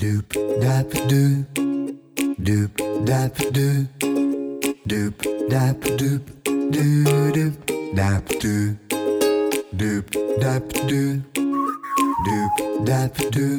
Doop dap doop, doop dap doop, doop dap doop, doop dap doop, doop dap doop, doop dap doop,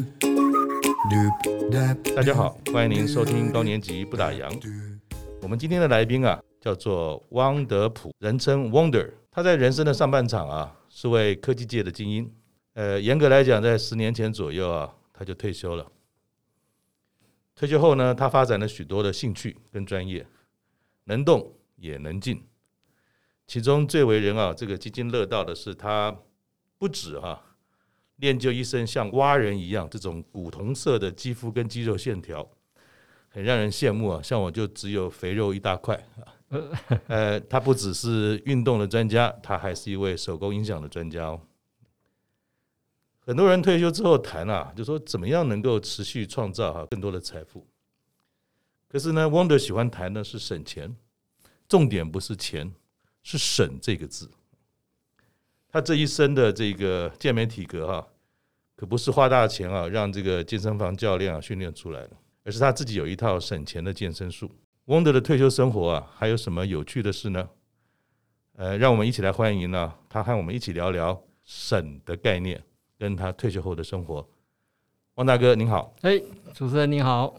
doop dap。 大家好，欢迎您收听高年级不打烊。我们今天的来宾啊，叫做汪德普，人称 Wonder。他在人生的上半场啊，是位科技界的精英。严格来讲，在10年前左右啊，他就退休了。退休后呢，他发展了许多的兴趣跟专业，能动也能静。其中最为人这个津津乐道的是，他不止练就一身像蛙人一样这种古铜色的肌肤跟肌肉线条，很让人羡慕啊。像我就只有肥肉一大块。他不只是运动的专家，他还是一位手工音响的专家哦。很多人退休之后谈就说怎么样能够持续创造更多的财富。可是呢 ，Wonder 喜欢谈的是省钱，重点不是钱，是省这个字。他这一生的这个健美体格可不是花大钱让这个健身房教练训练出来的，而是他自己有一套省钱的健身术。Wonder 的退休生活还有什么有趣的事呢？让我们一起来欢迎他和我们一起聊聊省的概念跟他退休后的生活。汪大哥您好。 主持人您好。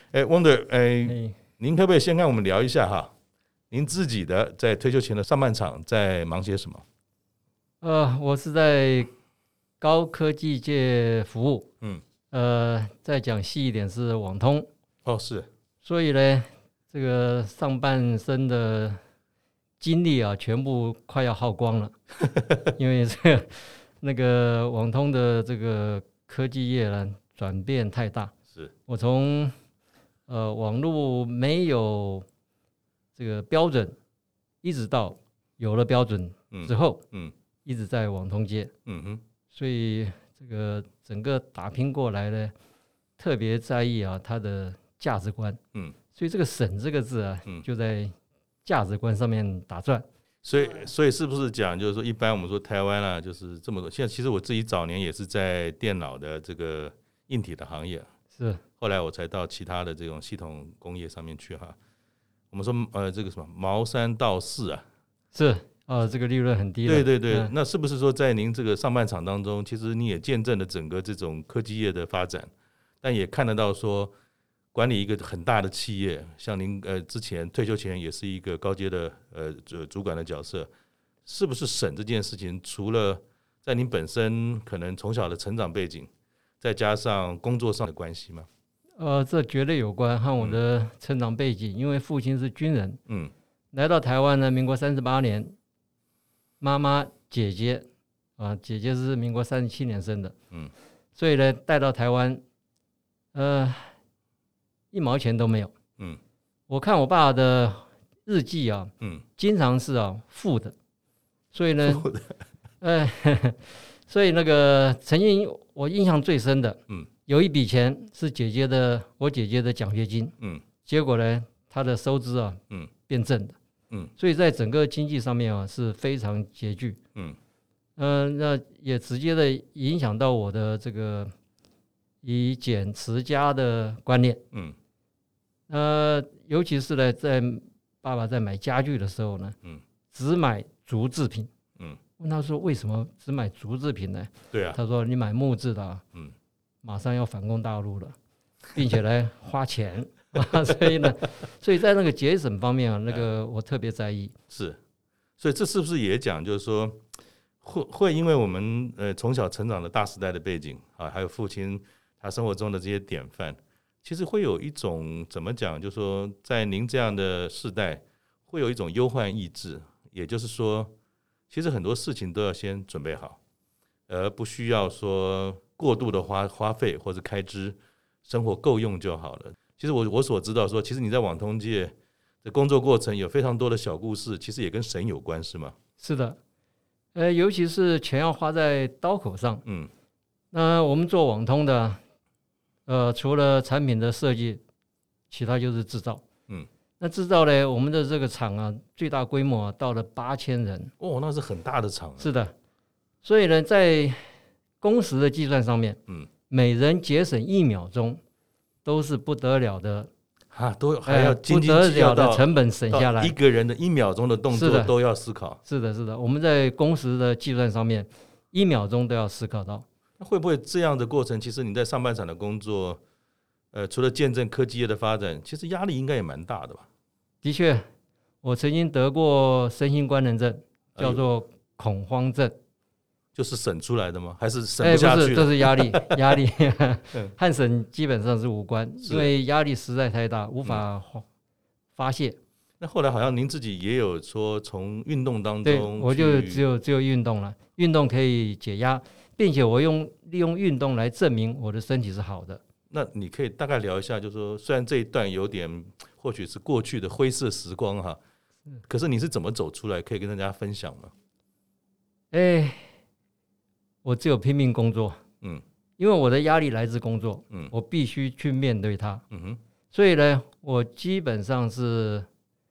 Wonder，您可不可以先跟我们聊一下您自己的在退休前的上半场在忙些什么？ 我是在高科技界服务，再讲细一点是网通。 是。 所以呢，这个上半生的精力全部快要耗光了，因为那个网通的这个科技业呢转变太大。 是我从网络没有这个标准，一直到有了标准之后，一直在网通界，所以这个整个打拼过来呢，特别在意它的价值观，所以这个省这个字就在价值观上面打转。 所以是不是讲就是说，一般我们说台湾就是这么多。现在其实我自己早年也是在电脑的这个硬体的行业， 是后来我才到其他的这种系统工业上面去我们说这个什么毛三到四是这个利润很低了。 对，那是不是说在您这个上半场当中，其实你也见证了整个这种科技业的发展，但也看得到说管理一个很大的企业，像您之前退休前也是一个高阶的主管的角色，是不是省这件事情，除了在您本身可能从小的成长背景，再加上工作上的关系吗？ 这绝对有关，和我的成长背景，因为父亲是军人，来到台湾呢，民国38年，妈妈姐姐姐姐是民国37年生的，所以呢带到台湾，1毛钱都没有。我看我爸的日记经常是负的，所以呢，所以那个曾经我印象最深的，有一笔钱是我姐姐的奖学金，结果呢，她的收支变正的，所以在整个经济上面是非常拮据，那也直接的影响到我的这个以俭持家的观念，尤其是呢，在爸爸在买家具的时候呢，只买竹制品，问他说为什么只买竹制品呢？ 对啊， 他说你买木质的马上要反攻大陆了，并且呢花钱所以在那个节省方面那个我特别在意。 是，所以这是不是也讲就是说会因为我们从小成长的大时代的背景还有父亲他生活中的这些典范，其实会有一种怎么讲，就是说在您这样的世代会有一种忧患意志，也就是说其实很多事情都要先准备好，而不需要说过度的花费或者开支，生活够用就好了。其实我所知道说，其实你在网通界的工作过程有非常多的小故事，其实也跟神有关，是吗？ 是的，尤其是钱要花在刀口上。那我们做网通的，除了产品的设计，其他就是制造。那制造呢，我们的这个厂最大规模到了8000人。 那是很大的厂。 是的，所以呢，在工时的计算上面，每人节省1秒钟， 都是不得了的都还要斤斤不得计较到了的成本省下来， 一个人的1秒钟的动作都要思考。 是的，是的，我们在工时的计算上面，1秒钟都要思考到。 那会不会这样的过程，其实你在上半场的工作，除了见证科技业的发展，其实压力应该也蛮大的吧？ 的确，我曾经得过身心官能症，叫做恐慌症。 就是省出来的吗？还是省不下去了？ 不是，这是压力，压力和省基本上是无关，因为压力实在太大，无法发泄。 那后来好像您自己也有说，从运动当中， 对，我就只有运动了，运动可以解压，并且我利用运动来证明我的身体是好的。 那你可以大概聊一下，就是说，虽然这一段有点或许是过去的灰色时光哈，可是你是怎么走出来？可以跟大家分享吗？ 我只有拼命工作，因为我的压力来自工作，我必须去面对它，所以呢，我基本上是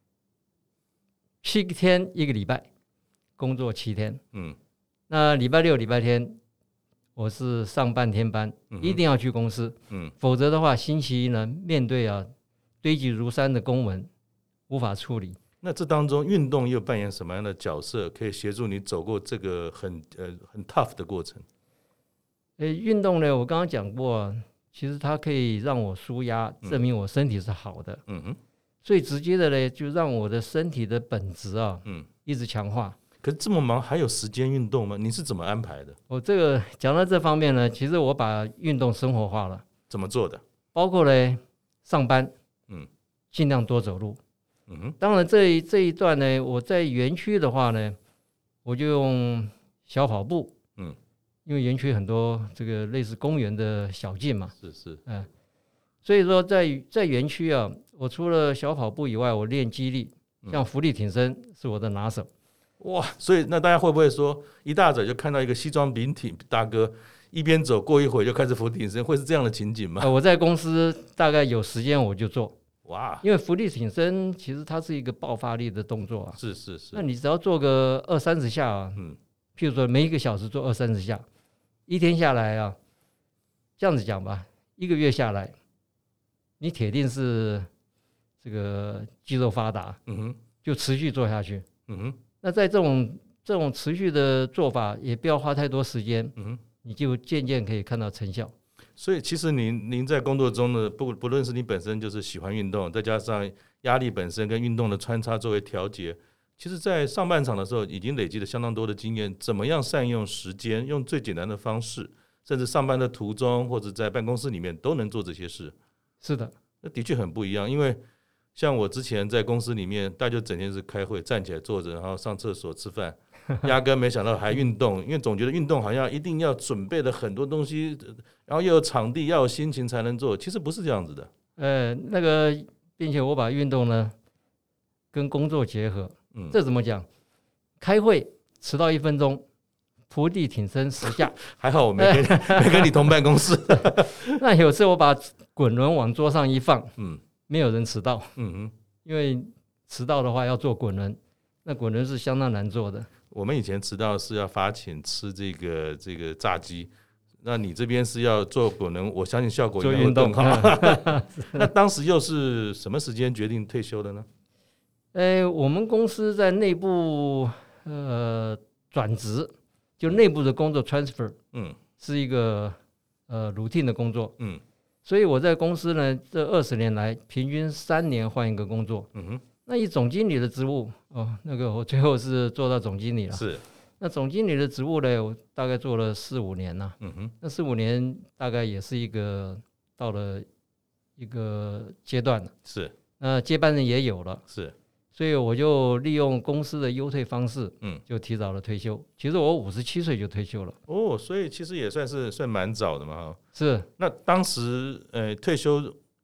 7天1个礼拜工作7天，那礼拜六、礼拜天我是上半天班，一定要去公司，否则的话，星期一呢，面对堆积如山的公文，无法处理。 那这当中运动又扮演什么样的角色，可以协助你走过这个很 tough 的过程？ 运动呢，我刚刚讲过，其实它可以让我抒压，证明我身体是好的。最直接的呢，就让我的身体的本质一直强化。 可是这么忙，还有时间运动吗？你是怎么安排的？ 我这个讲到这方面呢，其实我把运动生活化了。 怎么做的？ 包括呢，上班，尽量多走路。当然这一段呢，我在园区的话呢，我就用小跑步，因为园区很多这个类似公园的小径嘛， 是， 所以说在园区我除了小跑步以外，我练肌力，像伏地挺身是我的拿手。 哇，所以那大家会不会说，一大早就看到一个西装笔挺大哥一边走，过一会就开始伏地挺身，会是这样的情景吗？ 我在公司大概有时间我就做。 哇， 因为伏地挺身其实它是一个爆发力的动作是， 那你只要做个20-30下譬如说每1个小时做20-30下，一天下来这样子讲吧，1个月下来，你铁定是这个肌肉发达，就持续做下去，那在这种持续的做法，也不要花太多时间，你就渐渐可以看到成效。 所以其实您在工作中呢，不论是你本身就是喜欢运动，再加上压力本身跟运动的穿插作为调节，其实在上半场的时候已经累积了相当多的经验，怎么样善用时间，用最简单的方式，甚至上班的途中或者在办公室里面都能做这些事。 是的， 那的确很不一样，因为像我之前在公司里面，大家就整天是开会，站起来坐着，然后上厕所吃饭，压根没想到还运动，因为总觉得运动好像一定要准备了很多东西，然后又有场地，要有心情才能做，其实不是这样子的。 并且我把运动呢跟工作结合，这怎么讲？开会迟到1分钟，伏地挺身10下， 还好我没跟你同办公室。 那有次我把滚轮往桌上一放，没有人迟到，因为迟到的话要做滚轮，那滚轮是相当难做的。 我们以前迟到是要罚钱吃这个炸鸡，那你这边是要做滚轮，我相信效果应该会更好。那当时又是什么时间决定退休的呢？ 我们公司在内部转职，就内部的工作 transfer，是一个routine 的工作，所以我在公司呢这20年来，平均3年换一个工作，那以总经理的职务，那个我最后是做到总经理了， 是。 那总经理的职务呢，我大概做了4-5年了，那4-5年大概也是到了一个阶段了， 是。 那接班人也有了， 是。 所以我就利用公司的优退方式，就提早了退休。其实我57岁就退休了。 所以其实也算蛮早的嘛。是。那当时退休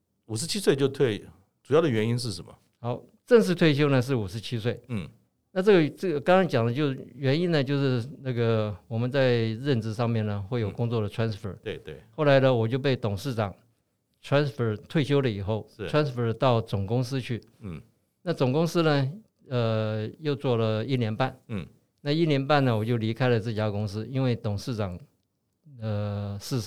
57岁就退，主要的原因是什么？ 好，正式退休呢是57岁。那这个刚刚讲的就是原因呢，就是那个我们在任职上面呢会有工作的 transfer。 对。 后来呢，我就被董事长 transfer 退休了以后 ，transfer 到总公司去。那总公司呢，又做了1年半。那1年半呢，我就离开了这家公司，因为董事长逝世了。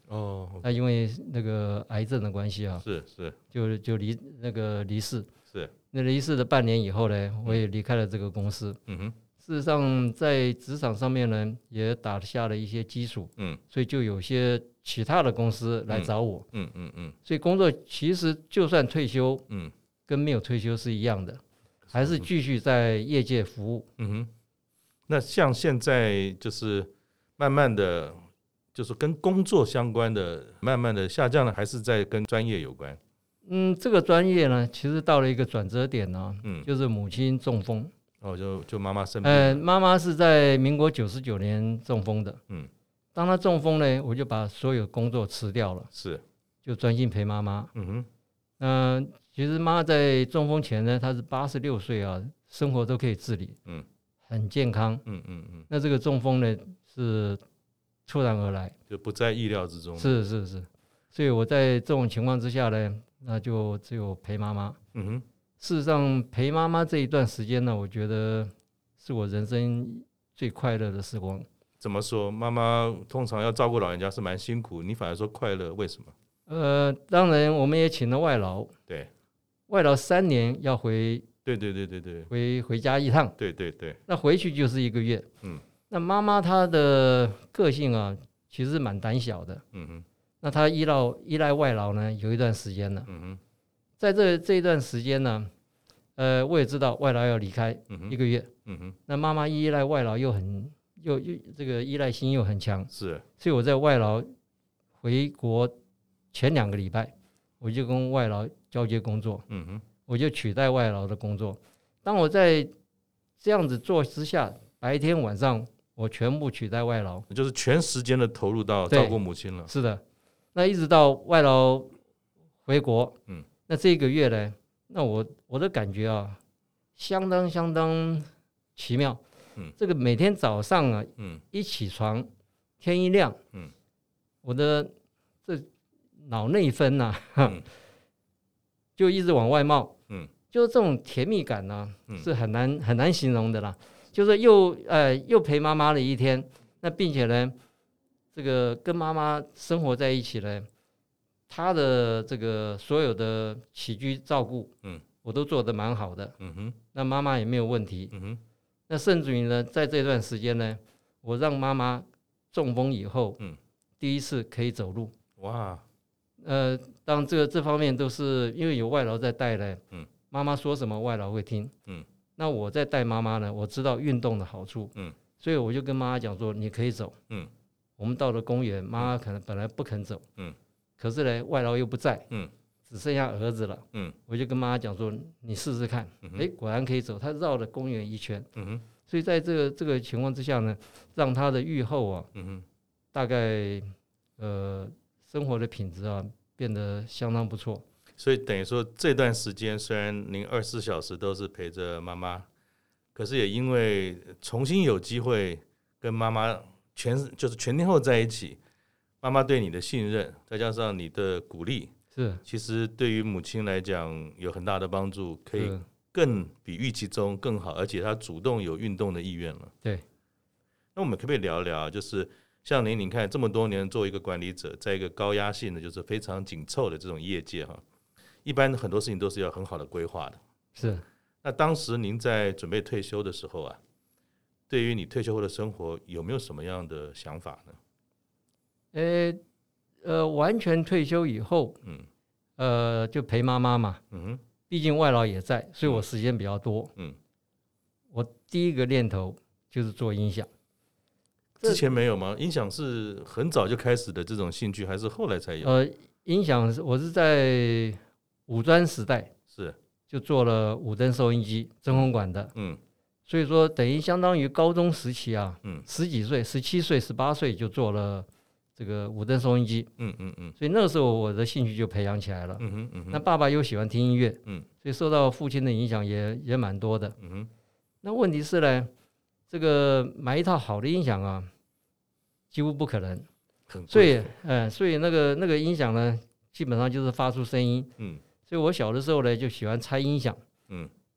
哦， 那因为那个癌症的关系啊， 是， 就离世。 是， 那离世的半年以后呢，我也离开了这个公司。事实上，在职场上面呢，也打下了一些基础。所以就有些其他的公司来找我。所以工作其实就算退休，跟没有退休是一样的，还是继续在业界服务。 那像现在就是慢慢的，就是跟工作相关的，慢慢的下降了，还是在跟专业有关？ 这个专业呢，其实到了一个转折点呢，就是母亲中风。 就妈妈生病了。 妈妈是在民国99年中风的。当她中风呢，我就把所有工作辞掉了， 是， 就专心陪妈妈。其实妈在中风前呢，她是86岁啊，生活都可以自理，很健康。那这个中风呢，是突然而来， 就不在意料之中。 是，所以我在这种情况之下呢，那就只有陪妈妈。事实上，陪妈妈这一段时间呢，我觉得是我人生最快乐的时光。 怎么说？妈妈通常要照顾老人家是蛮辛苦，你反而说快乐，为什么？ 当然我们也请了外劳， 对， 外劳3年要回， 对， 回家一趟， 对， 那回去就是1个月。那妈妈她的个性啊，其实蛮胆小的。那她依赖外劳呢，有一段时间了。在这一段时间呢，我也知道外劳要离开1个月。那妈妈依赖外劳又这个依赖心又很强， 是， 所以我在外劳回国前2个礼拜，我就跟外劳交接工作。我就取代外劳的工作。当我在这样子做之下，白天晚上我全部取代外劳， 就是全时间的投入到照顾母亲了。 是的，那一直到外劳回国，那这个月呢，那我的感觉啊，相当奇妙。这个每天早上啊，一起床，天一亮，我的这脑内分呐，就一直往外冒。就是这种甜蜜感呢，是很难形容的啦。就是又陪妈妈了一天，那并且呢，这个跟妈妈生活在一起呢，她的这个所有的起居照顾，我都做得蛮好的。那妈妈也没有问题。那甚至于呢，在这段时间呢，我让妈妈中风以后，第一次可以走路。 哇！ 当这方面都是因为有外劳在带呢，妈妈说什么外劳会听。那我在带妈妈呢，我知道运动的好处。所以我就跟妈妈讲说，你可以走。我们到了公园，妈妈可能本来不肯走。可是呢，外劳又不在。只剩下儿子了。我就跟妈妈讲说，你试试看。果然可以走，他绕了公园1圈。所以在这个情况之下呢，让他的愈后啊，大概生活的品质啊变得相当不错。 所以等于说这段时间虽然您24小时都是陪着妈妈，可是也因为重新有机会跟妈妈就是全天候在一起，妈妈对你的信任，再加上你的鼓励， 是其实对于母亲来讲有很大的帮助，可以更比预期中更好，而且她主动有运动的意愿了。 对。 那我们可不可以聊聊，就是像您看这么多年做一个管理者，在一个高压性的就是非常紧凑的这种业界哈，一般很多事情都是要很好的规划的。 是。 那当时您在准备退休的时候啊，对于你退休后的生活有没有什么样的想法呢？ 完全退休以后，就陪妈妈嘛。毕竟外劳也在，所以我时间比较多。我第一个念头就是做音响。 之前没有吗？音响是很早就开始的这种兴趣，还是后来才有？ 音响我是在五专时代是就做了5灯收音机，真空管的。所以说等于相当于高中时期啊，10几岁、17岁、18岁就做了这个5灯收音机。所以那个时候我的兴趣就培养起来了。那爸爸又喜欢听音乐，所以受到父亲的影响也蛮多的。那问题是呢，这个买一套好的音响啊，几乎不可能。所以那个音响呢，基本上就是发出声音。所以我小的时候呢，就喜欢拆音响。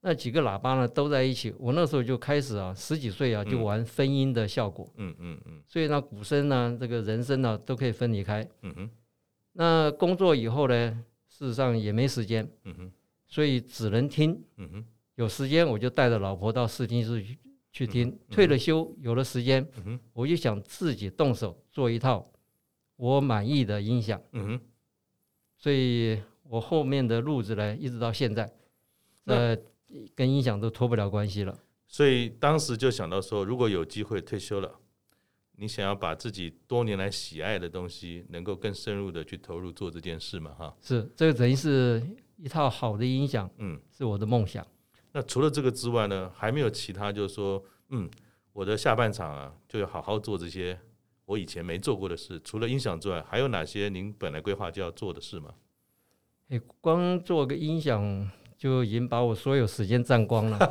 那几个喇叭呢都在一起。我那时候就开始啊，10几岁啊就玩分音的效果。所以呢，鼓声呢，这个人声呢都可以分离开。那工作以后呢，事实上也没时间。所以只能听。有时间我就带着老婆到视听室去听。退了休有了时间，我就想自己动手做一套我满意的音响。所以我后面的路子呢，一直到现在，跟音响都脱不了关系了。 所以当时就想到说，如果有机会退休了，你想要把自己多年来喜爱的东西，能够更深入的去投入做这件事嘛？哈， 是，这个等于是一套好的音响，是我的梦想。 那除了这个之外呢，还没有其他，就是说，我的下半场啊，就要好好做这些我以前没做过的事。除了音响之外，还有哪些您本来规划就要做的事吗？ 光做个音响就已经把我所有时间占光了。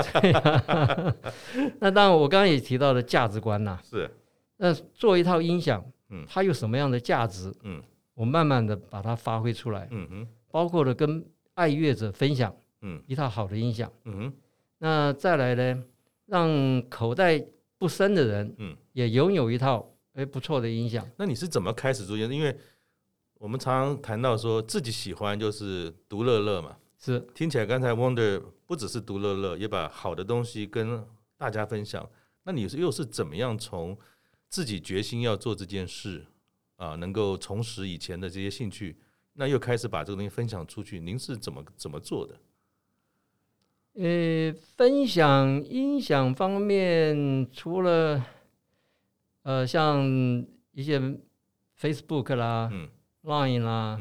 那当然，我刚刚也提到了价值观啦。 是。 那做一套音响，它有什么样的价值？我慢慢的把它发挥出来。包括了跟爱乐者分享一套好的音响。那再来呢，让口袋不深的人也拥有一套不错的音响。 那你是怎么开始做？因为我们常常谈到说自己喜欢就是独乐乐嘛， 是听起来刚才 Wonder 不只是独乐乐，也把好的东西跟大家分享。那你又是怎么样从自己决心要做这件事啊，能够重拾以前的这些兴趣，那又开始把这个东西分享出去？您是怎么做的？ 分享音响方面，除了像一些 Facebook 啦、Line 啦，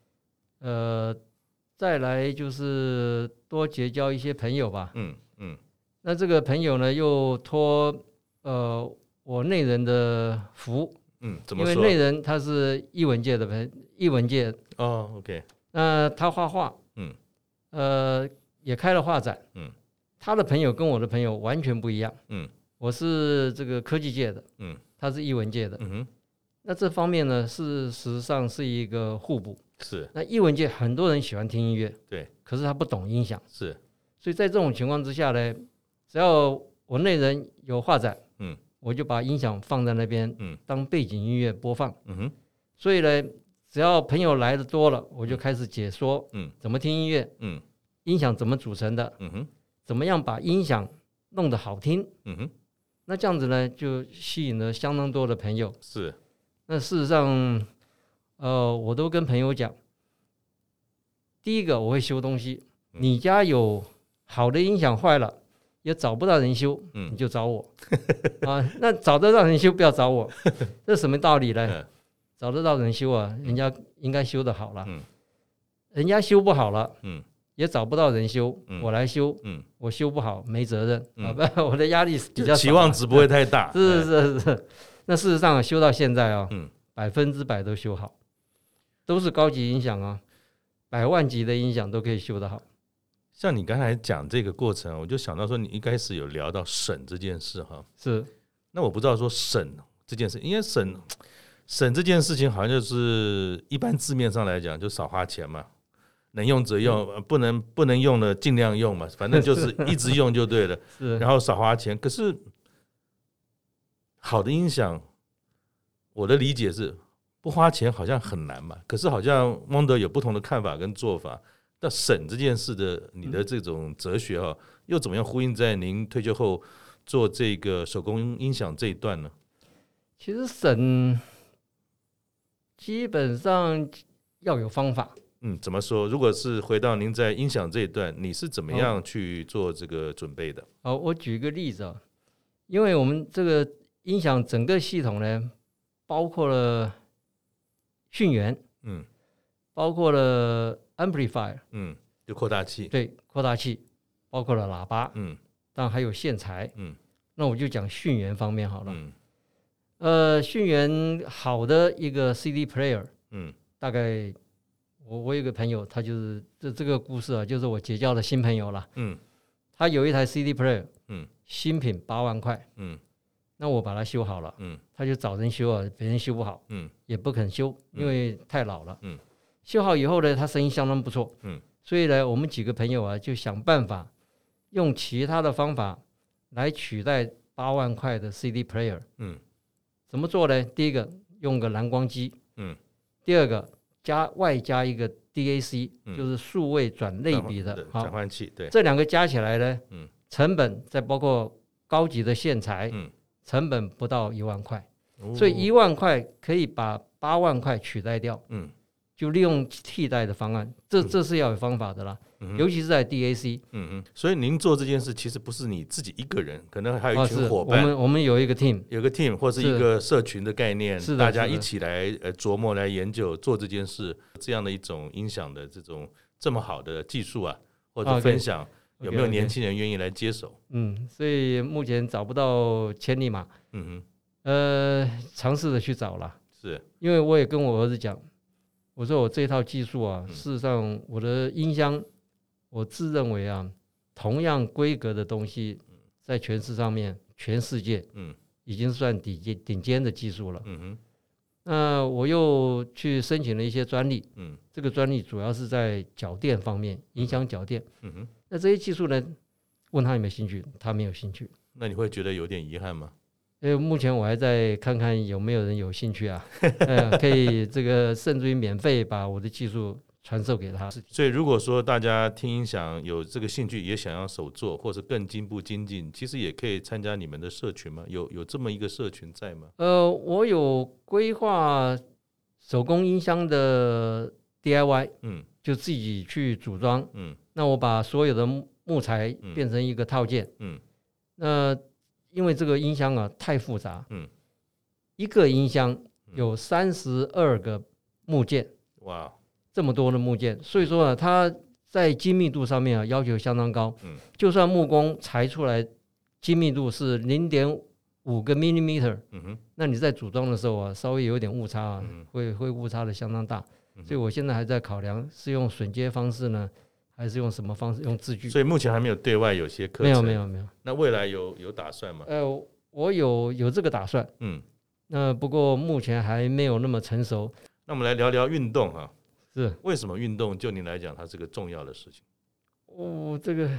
再来就是多结交一些朋友吧。那这个朋友呢，又托我内人的福。 怎么说？ 因为内人他是艺文界的艺文界。 OK。 那他画画，也开了画展。他的朋友跟我的朋友完全不一样。我是这个科技界的，他是艺文界的。那这方面呢，事实上是一个互补。 是。 那艺文界很多人喜欢听音乐， 对， 可是他不懂音响。 是。所以在这种情况之下呢，只要我内人有画展，我就把音响放在那边，当背景音乐播放。所以呢，只要朋友来的多了，我就开始解说，怎么听音乐，音响怎么组成的，怎么样把音响弄得好听。那这样子呢，就吸引了相当多的朋友。 是。 那事实上，我都跟朋友讲，第一个我会修东西，你家有好的音响坏了，也找不到人修，你就找我。那找得到人修，不要找我，这什么道理呢？找得到人修啊，人家应该修得好了。人家修不好了，也找不到人修，我来修，我修不好没责任。我的压力比较少， 期望值不会太大。 是。那事实上修到现在啊，100%都修好，都是高级音响啊，100万级的音响都可以修得好。 像你刚才讲这个过程，我就想到说，你一开始有聊到省这件事哈。 是。那我不知道说省这件事，因为省这件事情好像就是一般字面上来讲就少花钱嘛，能用则用，不能用的尽量用嘛，反正就是一直用就对了。然后少花钱。可是好的音响，我的理解是不花钱好像很难嘛，可是好像Wonder有不同的看法跟做法。那省这件事的你的这种哲学又怎么样呼应在您退休后做这个手工音响这一段呢？ 其实省基本上要有方法。 怎么说？如果是回到您在音响这一段，你是怎么样去做这个准备的？ 我举个例子因为我们这个音响整个系统呢，包括了讯源，包括了 amplifier， 就扩大器， 对，扩大器，包括了喇叭，当然还有线材，那我就讲讯源方面好了。讯源好的一个 CD player，大概我有个朋友，他就是这个故事就是我结交的新朋友了，他有一台 CD player，新品8万块，那我把它修好了，他就找人修别人修不好，也不肯修，因为太老了，修好以后呢，他声音相当不错，所以呢，我们几个朋友就想办法用其他的方法来取代8万块的 CD player。怎么做呢？第一个用个蓝光机，第二个外加一个 DAC，就是数位转类比的转换器，对， 这2个加起来呢，成本再包括高级的线材，成本不到1万块，所以1万块可以把8万块取代掉，就利用替代的方案，这是要有方法的啦。尤其是在 DAC， 所以您做这件事其实不是你自己一个人，可能还有一群伙伴， 我们有一个 team， 有个 team 或是一个社群的概念， 是大家一起来琢磨来研究做这件事，这样的一种音响的这么好的技术啊，或者分享，有没有年轻人愿意来接手？ 所以目前找不到千里马，尝试着去找了， 是因为我也跟我儿子讲，我说我这套技术啊，事实上我的音箱。我自认为啊，同样规格的东西，在全世界，已经算顶尖的技术了。那我又去申请了一些专利，这个专利主要是在脚垫方面，音响脚垫。那这些技术呢，问他有没有兴趣，他没有兴趣。 那你会觉得有点遗憾吗？ 目前我还在看看有没有人有兴趣啊，可以这个甚至于免费把我的技术传授给他。 所以如果说大家听音响有这个兴趣，也想要手做或者更进步精进，其实也可以参加你们的社群吗？有这么一个社群在吗？ 我有规划手工音箱的 DIY，就自己去组装，那我把所有的木材变成一个套件，那因为这个音箱啊太复杂，一个音箱有32个木件，哇！这么多的木件，所以说它在精密度上面要求相当高。就算木工裁出来精密度是0.5个 millimeter，那你在组装的时候稍微有点误差会误差的相当大。所以我现在还在考量是用榫接方式呢，还是用什么方式？用字距。 所以目前还没有对外有些课程。 没有。 那未来有打算吗？ 我有这个打算。那不过目前还没有那么成熟。 那我们来聊聊运动哈。 是为什么运动就你来讲它是个重要的事情？ 这个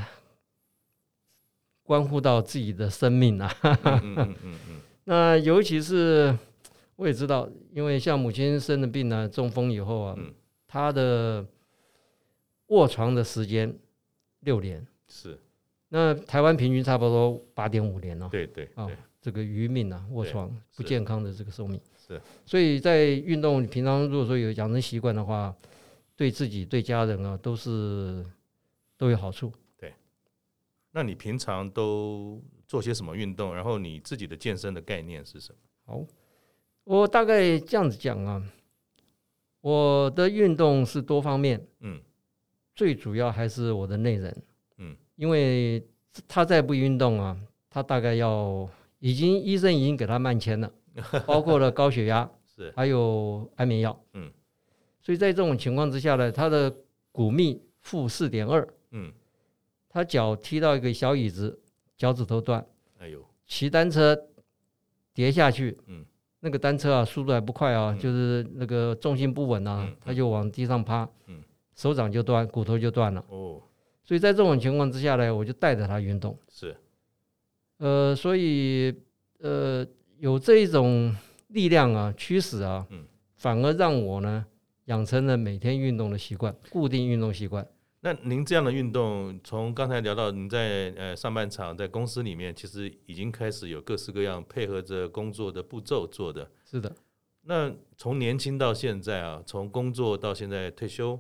关乎到自己的生命啊。那尤其是我也知道，因为像母亲生了病呢，中风以后啊，她的卧床的时间6年， 是。 那台湾平均差不多8.5年了。 对， 这个余命啊，卧床不健康的这个寿命。 是， 所以在运动，平常如果说有养成习惯的话，对自己对家人啊都有好处。 对，那你平常都做些什么运动？然后你自己的健身的概念是什么？ 好，我大概这样子讲啊，我的运动是多方面，最主要还是我的内人，因为他再不运动啊，他大概医生已经给他慢签了。包括了高血压，还有安眠药，所以在这种情况之下呢，他的骨密负4.2，他脚踢到一个小椅子，脚趾头断，骑单车跌下去，那个单车速度还不快就是那个重心不稳他就往地上趴，手掌就断，骨头就断了。所以在这种情况之下呢，我就带着他运动，所以有这一种力量驱使反而让我呢养成了每天运动的习惯，固定运动习惯。 那您这样的运动，从刚才聊到您在上半场在公司里面，其实已经开始有各式各样配合着工作的步骤做的。 是的。 那从年轻到现在从工作到现在退休，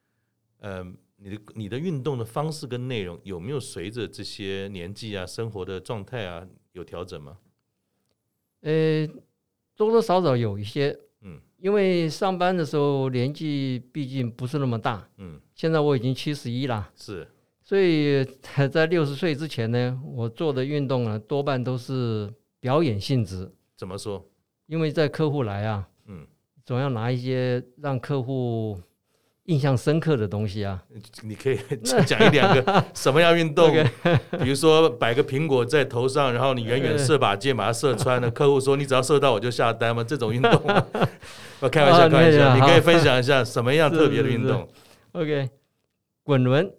你的运动的方式跟内容有没有随着这些年纪生活的状态有调整吗？ 多多少少有一些，因为上班的时候年纪毕竟不是那么大，现在我已经71了， 是， 所以在60岁之前呢，我做的运动多半都是表演性质。 怎么说？ 因为在客户来总要拿一些让客户印象深刻的东西你可以讲1-2个什么样运动？比如说摆个苹果在头上，然后你远远射把箭把它射穿了，客户说你只要射到我就下单吗？这种运动吗？我开玩笑，你可以分享一下什么样特别的运动？ OK， 滚轮、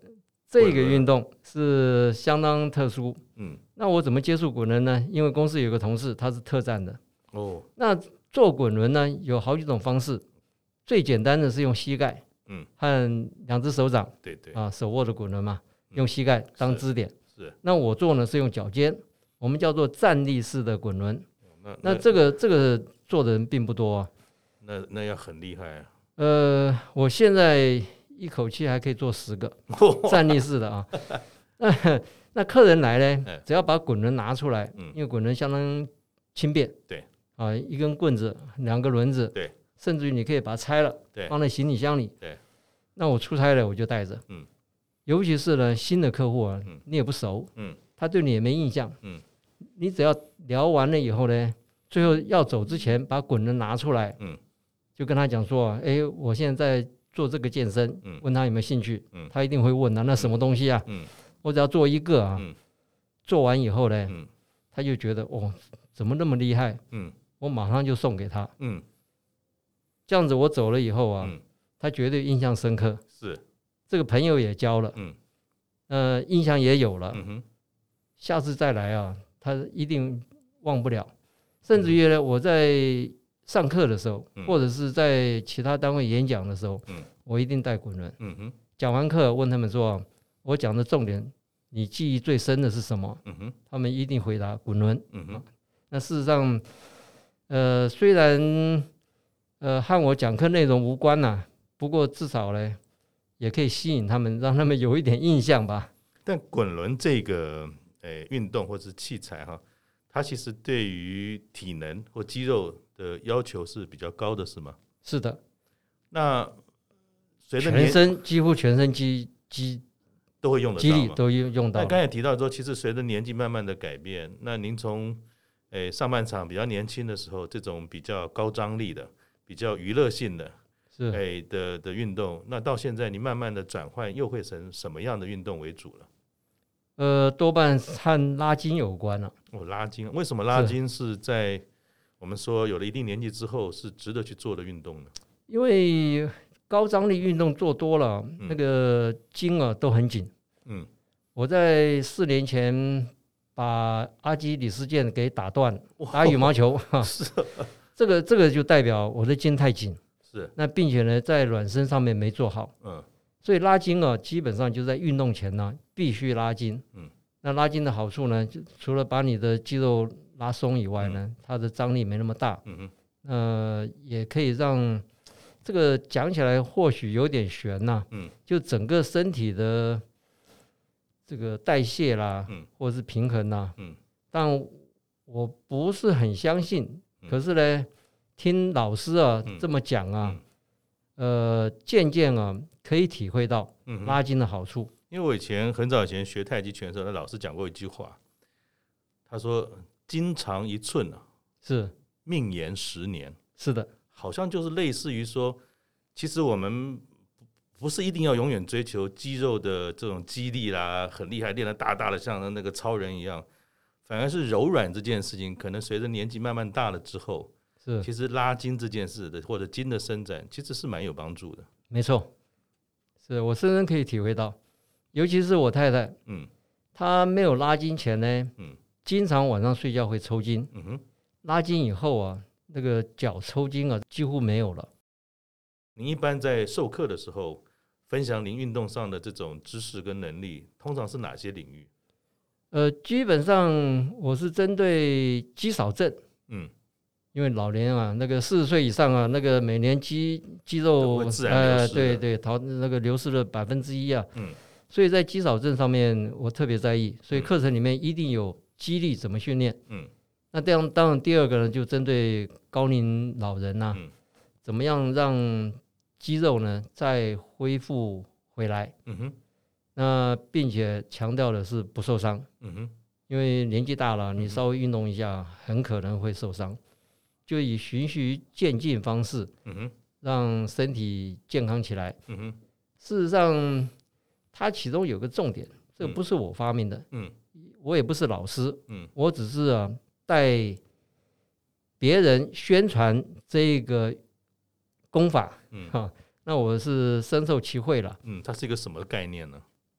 这个运动是相当特殊。 嗯， 那我怎么接触滚轮呢？因为公司有个同事他是特战的。 哦， 那做滚轮呢有好几种方式，最简单的是用膝盖，和2只手掌， 对对啊，手握的滚轮嘛，用膝盖当支点。 是。 那我做呢是用脚尖，我们叫做站立式的滚轮。那这个做的人并不多啊。 那要很厉害啊。 我现在一口气还可以做10个站立式的啊。那客人来呢，只要把滚轮拿出来，因为滚轮相当轻便， 对啊，一根棍子，2个轮子， 对， 甚至于你可以把它拆了，放在行李箱里， 对。 那我出差了我就带着，尤其是呢新的客户啊，你也不熟，他对你也没印象，你只要聊完了以后呢，最后要走之前把滚轮拿出来，就跟他讲说，我现在在做这个健身，问他有没有兴趣，他一定会问啊，那什么东西啊？我只要做一个啊，做完以后呢，他就觉得怎么那么厉害？我马上就送给他，这样子我走了以后啊，他绝对印象深刻， 是这个朋友也交了，印象也有了，下次再来啊，他一定忘不了，甚至于呢，我在上课的时候，或者是在其他单位演讲的时候，我一定带滚轮。讲完课问他们说，我讲的重点，你记忆最深的是什么？他们一定回答滚轮。那事实上，虽然和我讲课内容无关呐，不过至少呢，也可以吸引他们，让他们有一点印象吧。 但滚轮这个运动或是器材哈，它其实对于体能或肌肉的要求是比较高的，是吗？ 是的。 那随着几乎全身肌都会用得到， 肌力都用到。 那刚才提到说，其实随着年纪慢慢的改变，那您从上半场比较年轻的时候，这种比较高张力的、比较娱乐性的的运动，那到现在你慢慢的转换，又会成什么样的运动为主了？ 多半和拉筋有关了。 拉筋，为什么拉筋是在我们说有了一定年纪之后是值得去做的运动呢？ 因为高张力运动做多了，那个筋啊都很紧。我在4年前把阿基里斯腱给打断，打羽毛球，这个就代表我的筋太紧。是，那并且呢，在软身上面没做好。所以拉筋啊，基本上就在运动前呢，必须拉筋。那拉筋的好处呢，就除了把你的肌肉拉松以外呢，它的张力没那么大。也可以让这个讲起来或许有点悬呐。就整个身体的这个代谢啦，或者是平衡啦。但我不是很相信。可是呢，听老师啊这么讲啊，渐渐啊可以体会到拉筋的好处。 因为我很早以前学太极拳的时候，那老师讲过一句话，他说筋长1寸啊， 是命延10年。 是的， 好像就是类似于说，其实我们不是一定要永远追求肌肉的这种肌力啦，很厉害，练得大大的像那个超人一样，反而是柔软这件事情，可能随着年纪慢慢大了之后，其实拉筋这件事的或者筋的伸展，其实是蛮有帮助的。 没错，是我深深可以体会到，尤其是我太太，她没有拉筋前呢，经常晚上睡觉会抽筋，拉筋以后啊，那个脚抽筋啊几乎没有了。 您一般在授课的时候分享您运动上的这种知识跟能力，通常是哪些领域？ 基本上我是针对肌少症，因为老年啊，那个40岁以上啊，那个每年肌肉自然流失， 对，那个流失了1%啊，所以在肌少症上面我特别在意，所以课程里面一定有肌力怎么训练，那这样当然第二个呢，就针对高龄老人啊，怎么样让肌肉呢再恢复回来，那并且强调的是不受伤，因为年纪大了，你稍微运动一下，很可能会受伤。就以循序渐进方式，让身体健康起来。事实上，它其中有个重点，这个不是我发明的，我也不是老师，我只是带别人宣传这个功法，那我是深受其惠了。 它是一个什么概念呢？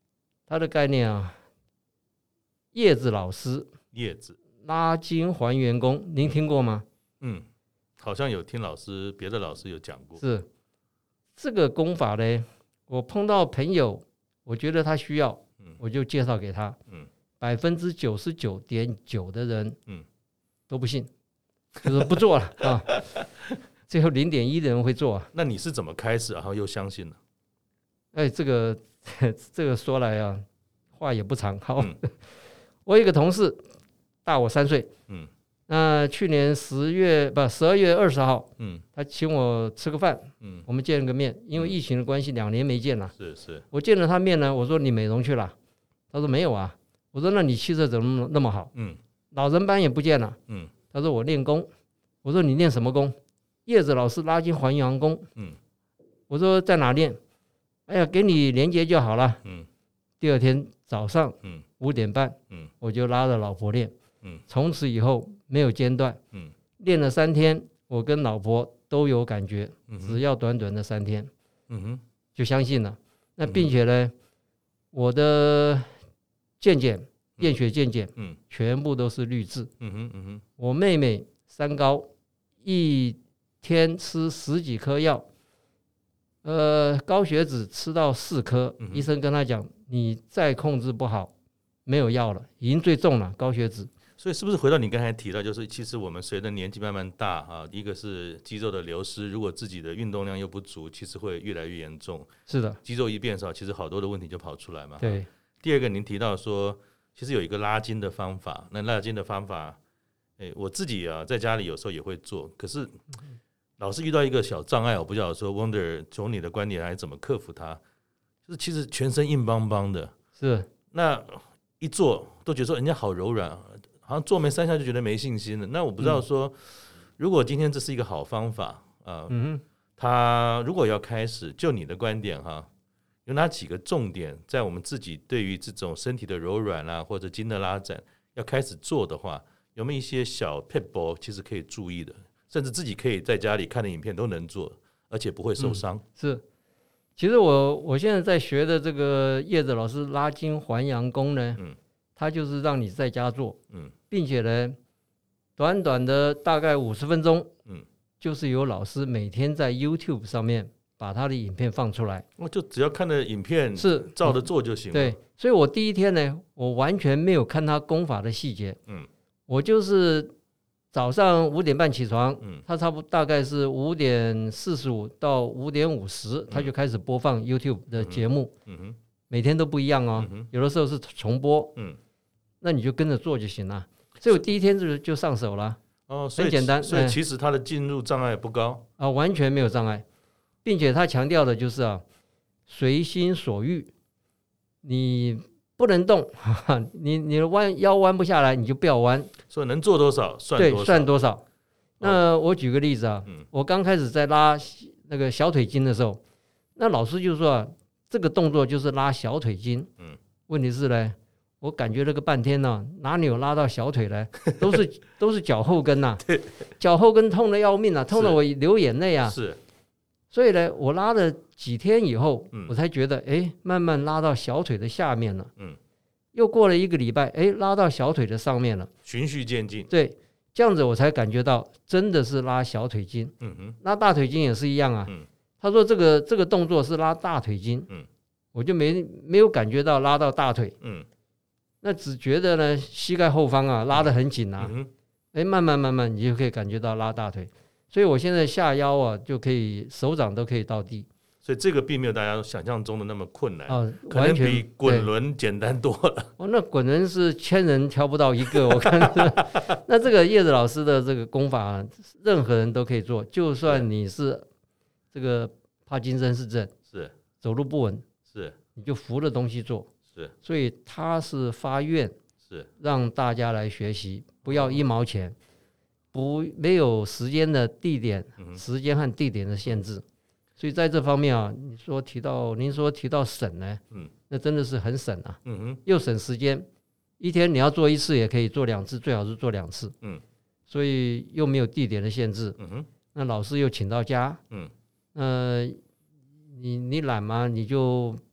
它的概念啊，叶子老师叶子拉筋还原功，您听过吗？ 好像有听别的老师有讲过。 是这个功法呢，我碰到朋友，我觉得他需要，我就介绍给他。99.9%的人，都不信，就是不做了啊。最后0.1%的人会做啊。 那你是怎么开始，然后又相信了？ 哎，这个说来啊，话也不长。好，我有一个同事大我3岁，那去年12月20号，他请我吃个饭，我们见了个面，因为疫情的关系，2年没见了。 是。 我见了他面呢，我说你美容去了？他说没有啊。我说那你气色怎么那么好？老人斑也不见了。他说我练功。我说你练什么功？叶子老师拉筋还阳功。我说在哪练？哎呀，给你连接就好了。第二天早上5点半，我就拉着老婆练。从此以后没有间断。练了3天，我跟老婆都有感觉。只要短短的3天，就相信了。那并且呢，我的验血健检，全部都是绿字。我妹妹三高，一天吃10几颗药，高血脂吃到4颗，医生跟他讲，你再控制不好，没有药了，已经最重了，高血脂。 所以是不是回到你刚才提到，就是其实我们随着年纪慢慢大啊，一个是肌肉的流失，如果自己的运动量又不足，其实会越来越严重。 是的， 肌肉一变少，其实好多的问题就跑出来嘛。 对。 第二个，您提到说，其实有一个拉筋的方法，那拉筋的方法，我自己啊在家里有时候也会做，可是老是遇到一个小障碍，我不晓得说 Wonder 从你的观点来怎么克服它，就是其实全身硬邦邦的， 是那一做都觉得说人家好柔软，好像做没3下就觉得没信心了。那我不知道说，如果今天这是一个好方法啊，他如果要开始，就你的观点哈，有哪几个重点，在我们自己对于这种身体的柔软啊，或者筋的拉展要开始做的话，有没有一些小撇步其实可以注意的，甚至自己可以在家里看的影片都能做，而且不会受伤。 是，其实我现在在学的这个叶子老师拉筋还阳功呢，它就是让你在家做，并且呢，短短的大概50分钟，就是有老师每天在 YouTube 上面把他的影片放出来， 我就只要看的影片是照着做就行了。 对，所以我第一天呢，我完全没有看他功法的细节，我就是早上5点半起床，他差不多大概是5点45到5点50，他就开始播放 YouTube 的节目，每天都不一样哦，有的时候是重播，那你就跟着做就行了。所以我第一天就上手了，很简单。 所以其实他的进入障碍不高啊，完全没有障碍，并且他强调的就是啊，随心所欲，你不能动，你的腰弯不下来，你就不要弯。 所以能做多少算多少。 对，算多少。那我举个例子啊，我刚开始在拉那个小腿筋的时候，那老师就说啊，这个动作就是拉小腿筋。问题是呢，我感觉了个半天呢，哪里有拉到小腿呢？都是脚后跟呐，脚后跟痛得要命啊，痛得我流眼泪啊。 是。 所以呢，我拉了几天以后，我才觉得，慢慢拉到小腿的下面了。又过了1个礼拜，拉到小腿的上面了， 循序渐进。 对，这样子我才感觉到真的是拉小腿筋。拉大腿筋也是一样啊。他说这个动作是拉大腿筋，我就没有感觉到拉到大腿。那只觉得呢，膝盖后方啊拉得很紧啊。慢慢你就可以感觉到拉大腿。所以我现在下腰啊，就可以手掌都可以到地。 所以这个并没有大家想象中的那么困难，可能比滚轮简单多了。 那滚轮是1000人挑不到一个，我看。那这个叶子老师的这个功法，任何人都可以做，就算你是这个帕金森氏症， 是走路不稳， 是你就扶着东西做， 是。 所以他是发愿， 是让大家来学习，不要1毛钱。没有时间的地点，时间和地点的限制，所以在这方面啊，您说提到省呢，那真的是很省啊，又省时间，一天你要做1次也可以做2次，最好是做2次，所以又没有地点的限制，那老师又请到家，你懒嘛，你就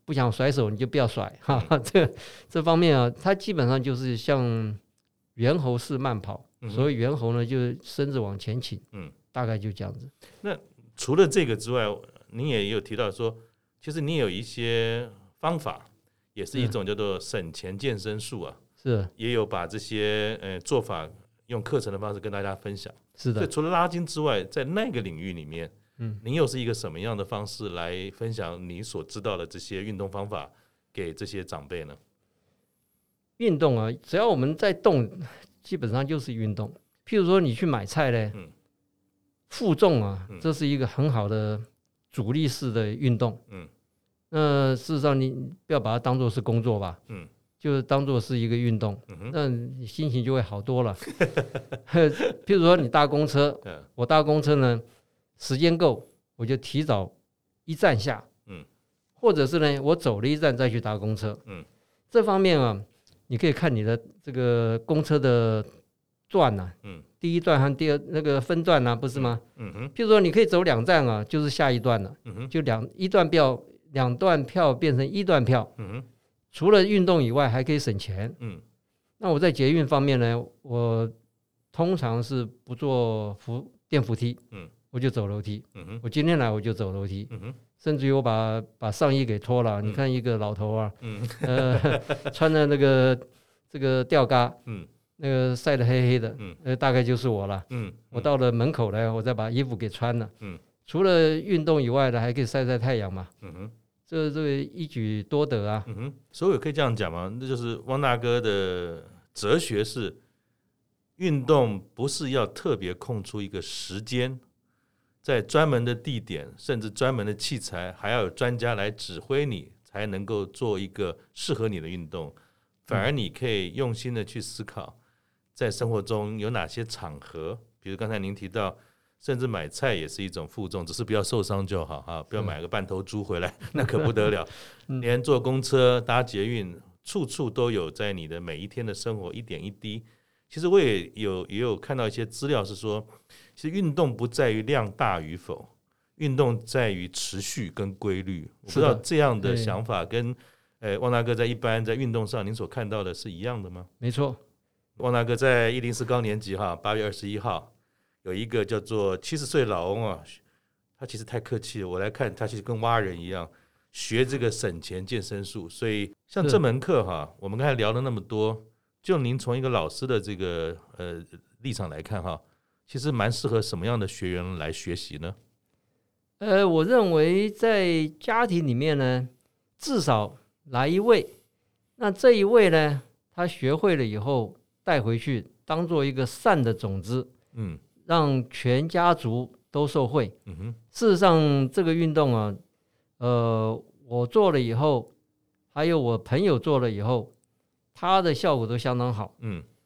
不想甩手你就不要甩哈，这方面啊，它基本上就是像猿猴式慢跑，所谓猿猴呢，就是身子往前倾，大概就这样子。 那除了这个之外，你也有提到说，其实你有一些方法，也是一种叫做省钱健身术啊， 是， 也有把这些做法用课程的方式跟大家分享。 是的。 所以除了拉筋之外，在那个领域里面，您又是一个什么样的方式来分享你所知道的这些运动方法给这些长辈呢？ 运动啊，只要我们在动，基本上就是运动。譬如说你去买菜呢，负重啊，这是一个很好的阻力式的运动。那事实上你不要把它当作是工作吧，就当作是一个运动，那你心情就会好多了。譬如说你搭公车，我搭公车呢，时间够，我就提早一站下，或者是呢，我走了一站再去搭公车。这方面啊，你可以看你的这个公车的段啊，第一段和第二那个分段啊，不是吗？譬如说你可以走2站啊，就是下一段了，就两段票变成1段票。除了运动以外，还可以省钱。那我在捷运方面呢，我通常是不坐电扶梯，我就走楼梯。我今天来我就走楼梯，甚至于我把上衣给脱了。你看一个老头啊，穿的那个这个吊嘎，那个晒得黑黑的，大概就是我了。我到了门口呢，我再把衣服给穿了。除了运动以外的，还可以晒晒太阳嘛。这个一举多得啊。 所以可以这样讲吗？那就是汪大哥的哲学是，运动不是要特别空出一个时间，在专门的地点，甚至专门的器材，还要有专家来指挥你，才能够做一个适合你的运动。反而你可以用心的去思考，在生活中有哪些场合，比如刚才您提到，甚至买菜也是一种负重，只是不要受伤就好啊！不要买个半头猪回来，那可不得了。连坐公车、搭捷运，处处都有在你的每一天的生活一点一滴。其实我也有看到一些资料是说，其实运动不在于量大与否，运动在于持续跟规律。我不知道这样的想法跟汪大哥在运动上您所看到的是一样的吗？ 没错， 汪大哥在104高年级8月21号。有一个叫做70岁老翁啊，他其实太客气了，我来看他其实跟蛙人一样学这个省钱健身术。所以像这门课我们刚才聊了那么多，就您从一个老师的这个立场来看其实蛮适合什么样的学员来学习呢？ 我认为在家庭里面呢，至少来一位，那这一位呢，他学会了以后带回去，当做一个善的种子，让全家族都受惠。事实上这个运动啊，我做了以后，还有我朋友做了以后，他的效果都相当好。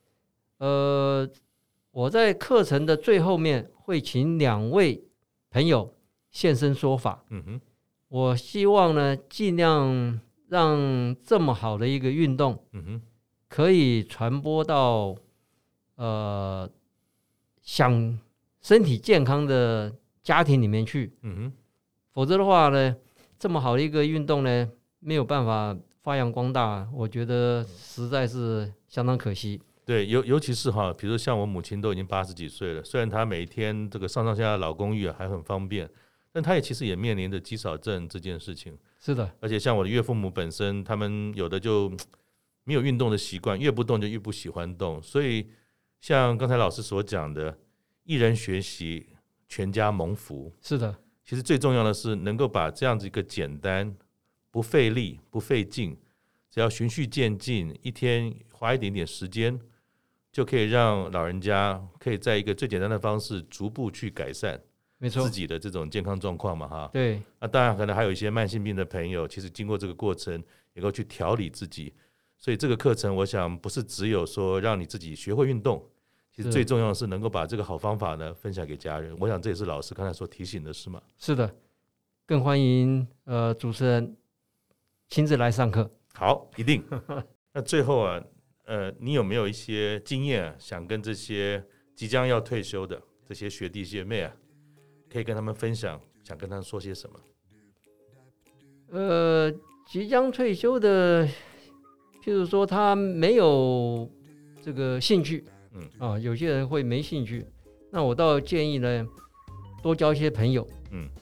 我在课程的最后面会请2位朋友现身说法。我希望呢，尽量让这么好的一个运动，可以传播到想身体健康的家庭里面去。否则的话呢，这么好的一个运动呢，没有办法发扬光大，我觉得实在是相当可惜。 对，尤其是比如像我母亲都已经80几岁了，虽然她每天这个上下的老公寓还很方便，但她其实也面临着肌少症这件事情。 是的， 而且像我的岳父母本身，他们有的就没有运动的习惯，越不动就越不喜欢动。所以像刚才老师所讲的，一人学习，全家蒙福。 是的， 其实最重要的是能够把这样子一个简单、不费力、不费劲，只要循序渐进，一天花一点点时间，就可以让老人家可以在一个最简单的方式逐步去改善自己的这种健康状况嘛。 对， 当然可能还有一些慢性病的朋友，其实经过这个过程能够去调理自己。所以这个课程我想不是只有说让你自己学会运动，其实最重要的是能够把这个好方法呢分享给家人。我想这也是老师刚才所提醒的，是吗？ 是的，更欢迎主持人亲自来上课。 好，一定。那最后你有没有一些经验想跟这些即将要退休的这些学弟学妹可以跟他们分享，想跟他们说些什么？ 即将退休的，譬如说他没有这个兴趣，有些人会没兴趣，那我倒建议呢，多交一些朋友，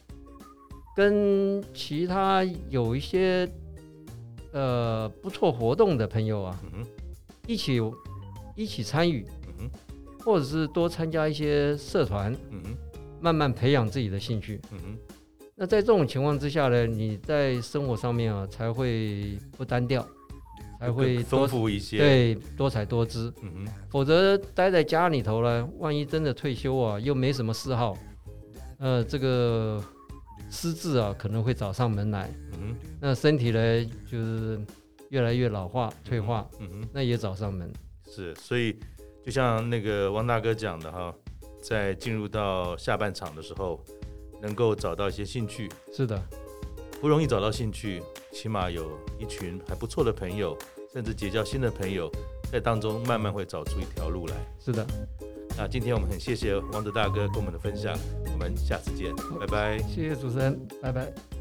跟其他有一些不错活动的朋友啊，一起参与，或者是多参加一些社团，慢慢培养自己的兴趣。那在这种情况之下呢，你在生活上面啊才会不单调，才会丰富一些， 对，多彩多姿。否则待在家里头呢，万一真的退休啊，又没什么嗜好，这个失智啊可能会找上门来。那身体呢就是越来越老化、退化，那也找上门。 是，所以就像那个汪大哥讲的哈，在进入到下半场的时候，能够找到一些兴趣。 是的， 不容易找到兴趣，起码有一群还不错的朋友，甚至结交新的朋友，在当中慢慢会找出一条路来。 是的。 那今天我们很谢谢汪德大哥跟我们的分享，我们下次见，拜拜。 谢谢主持人，拜拜。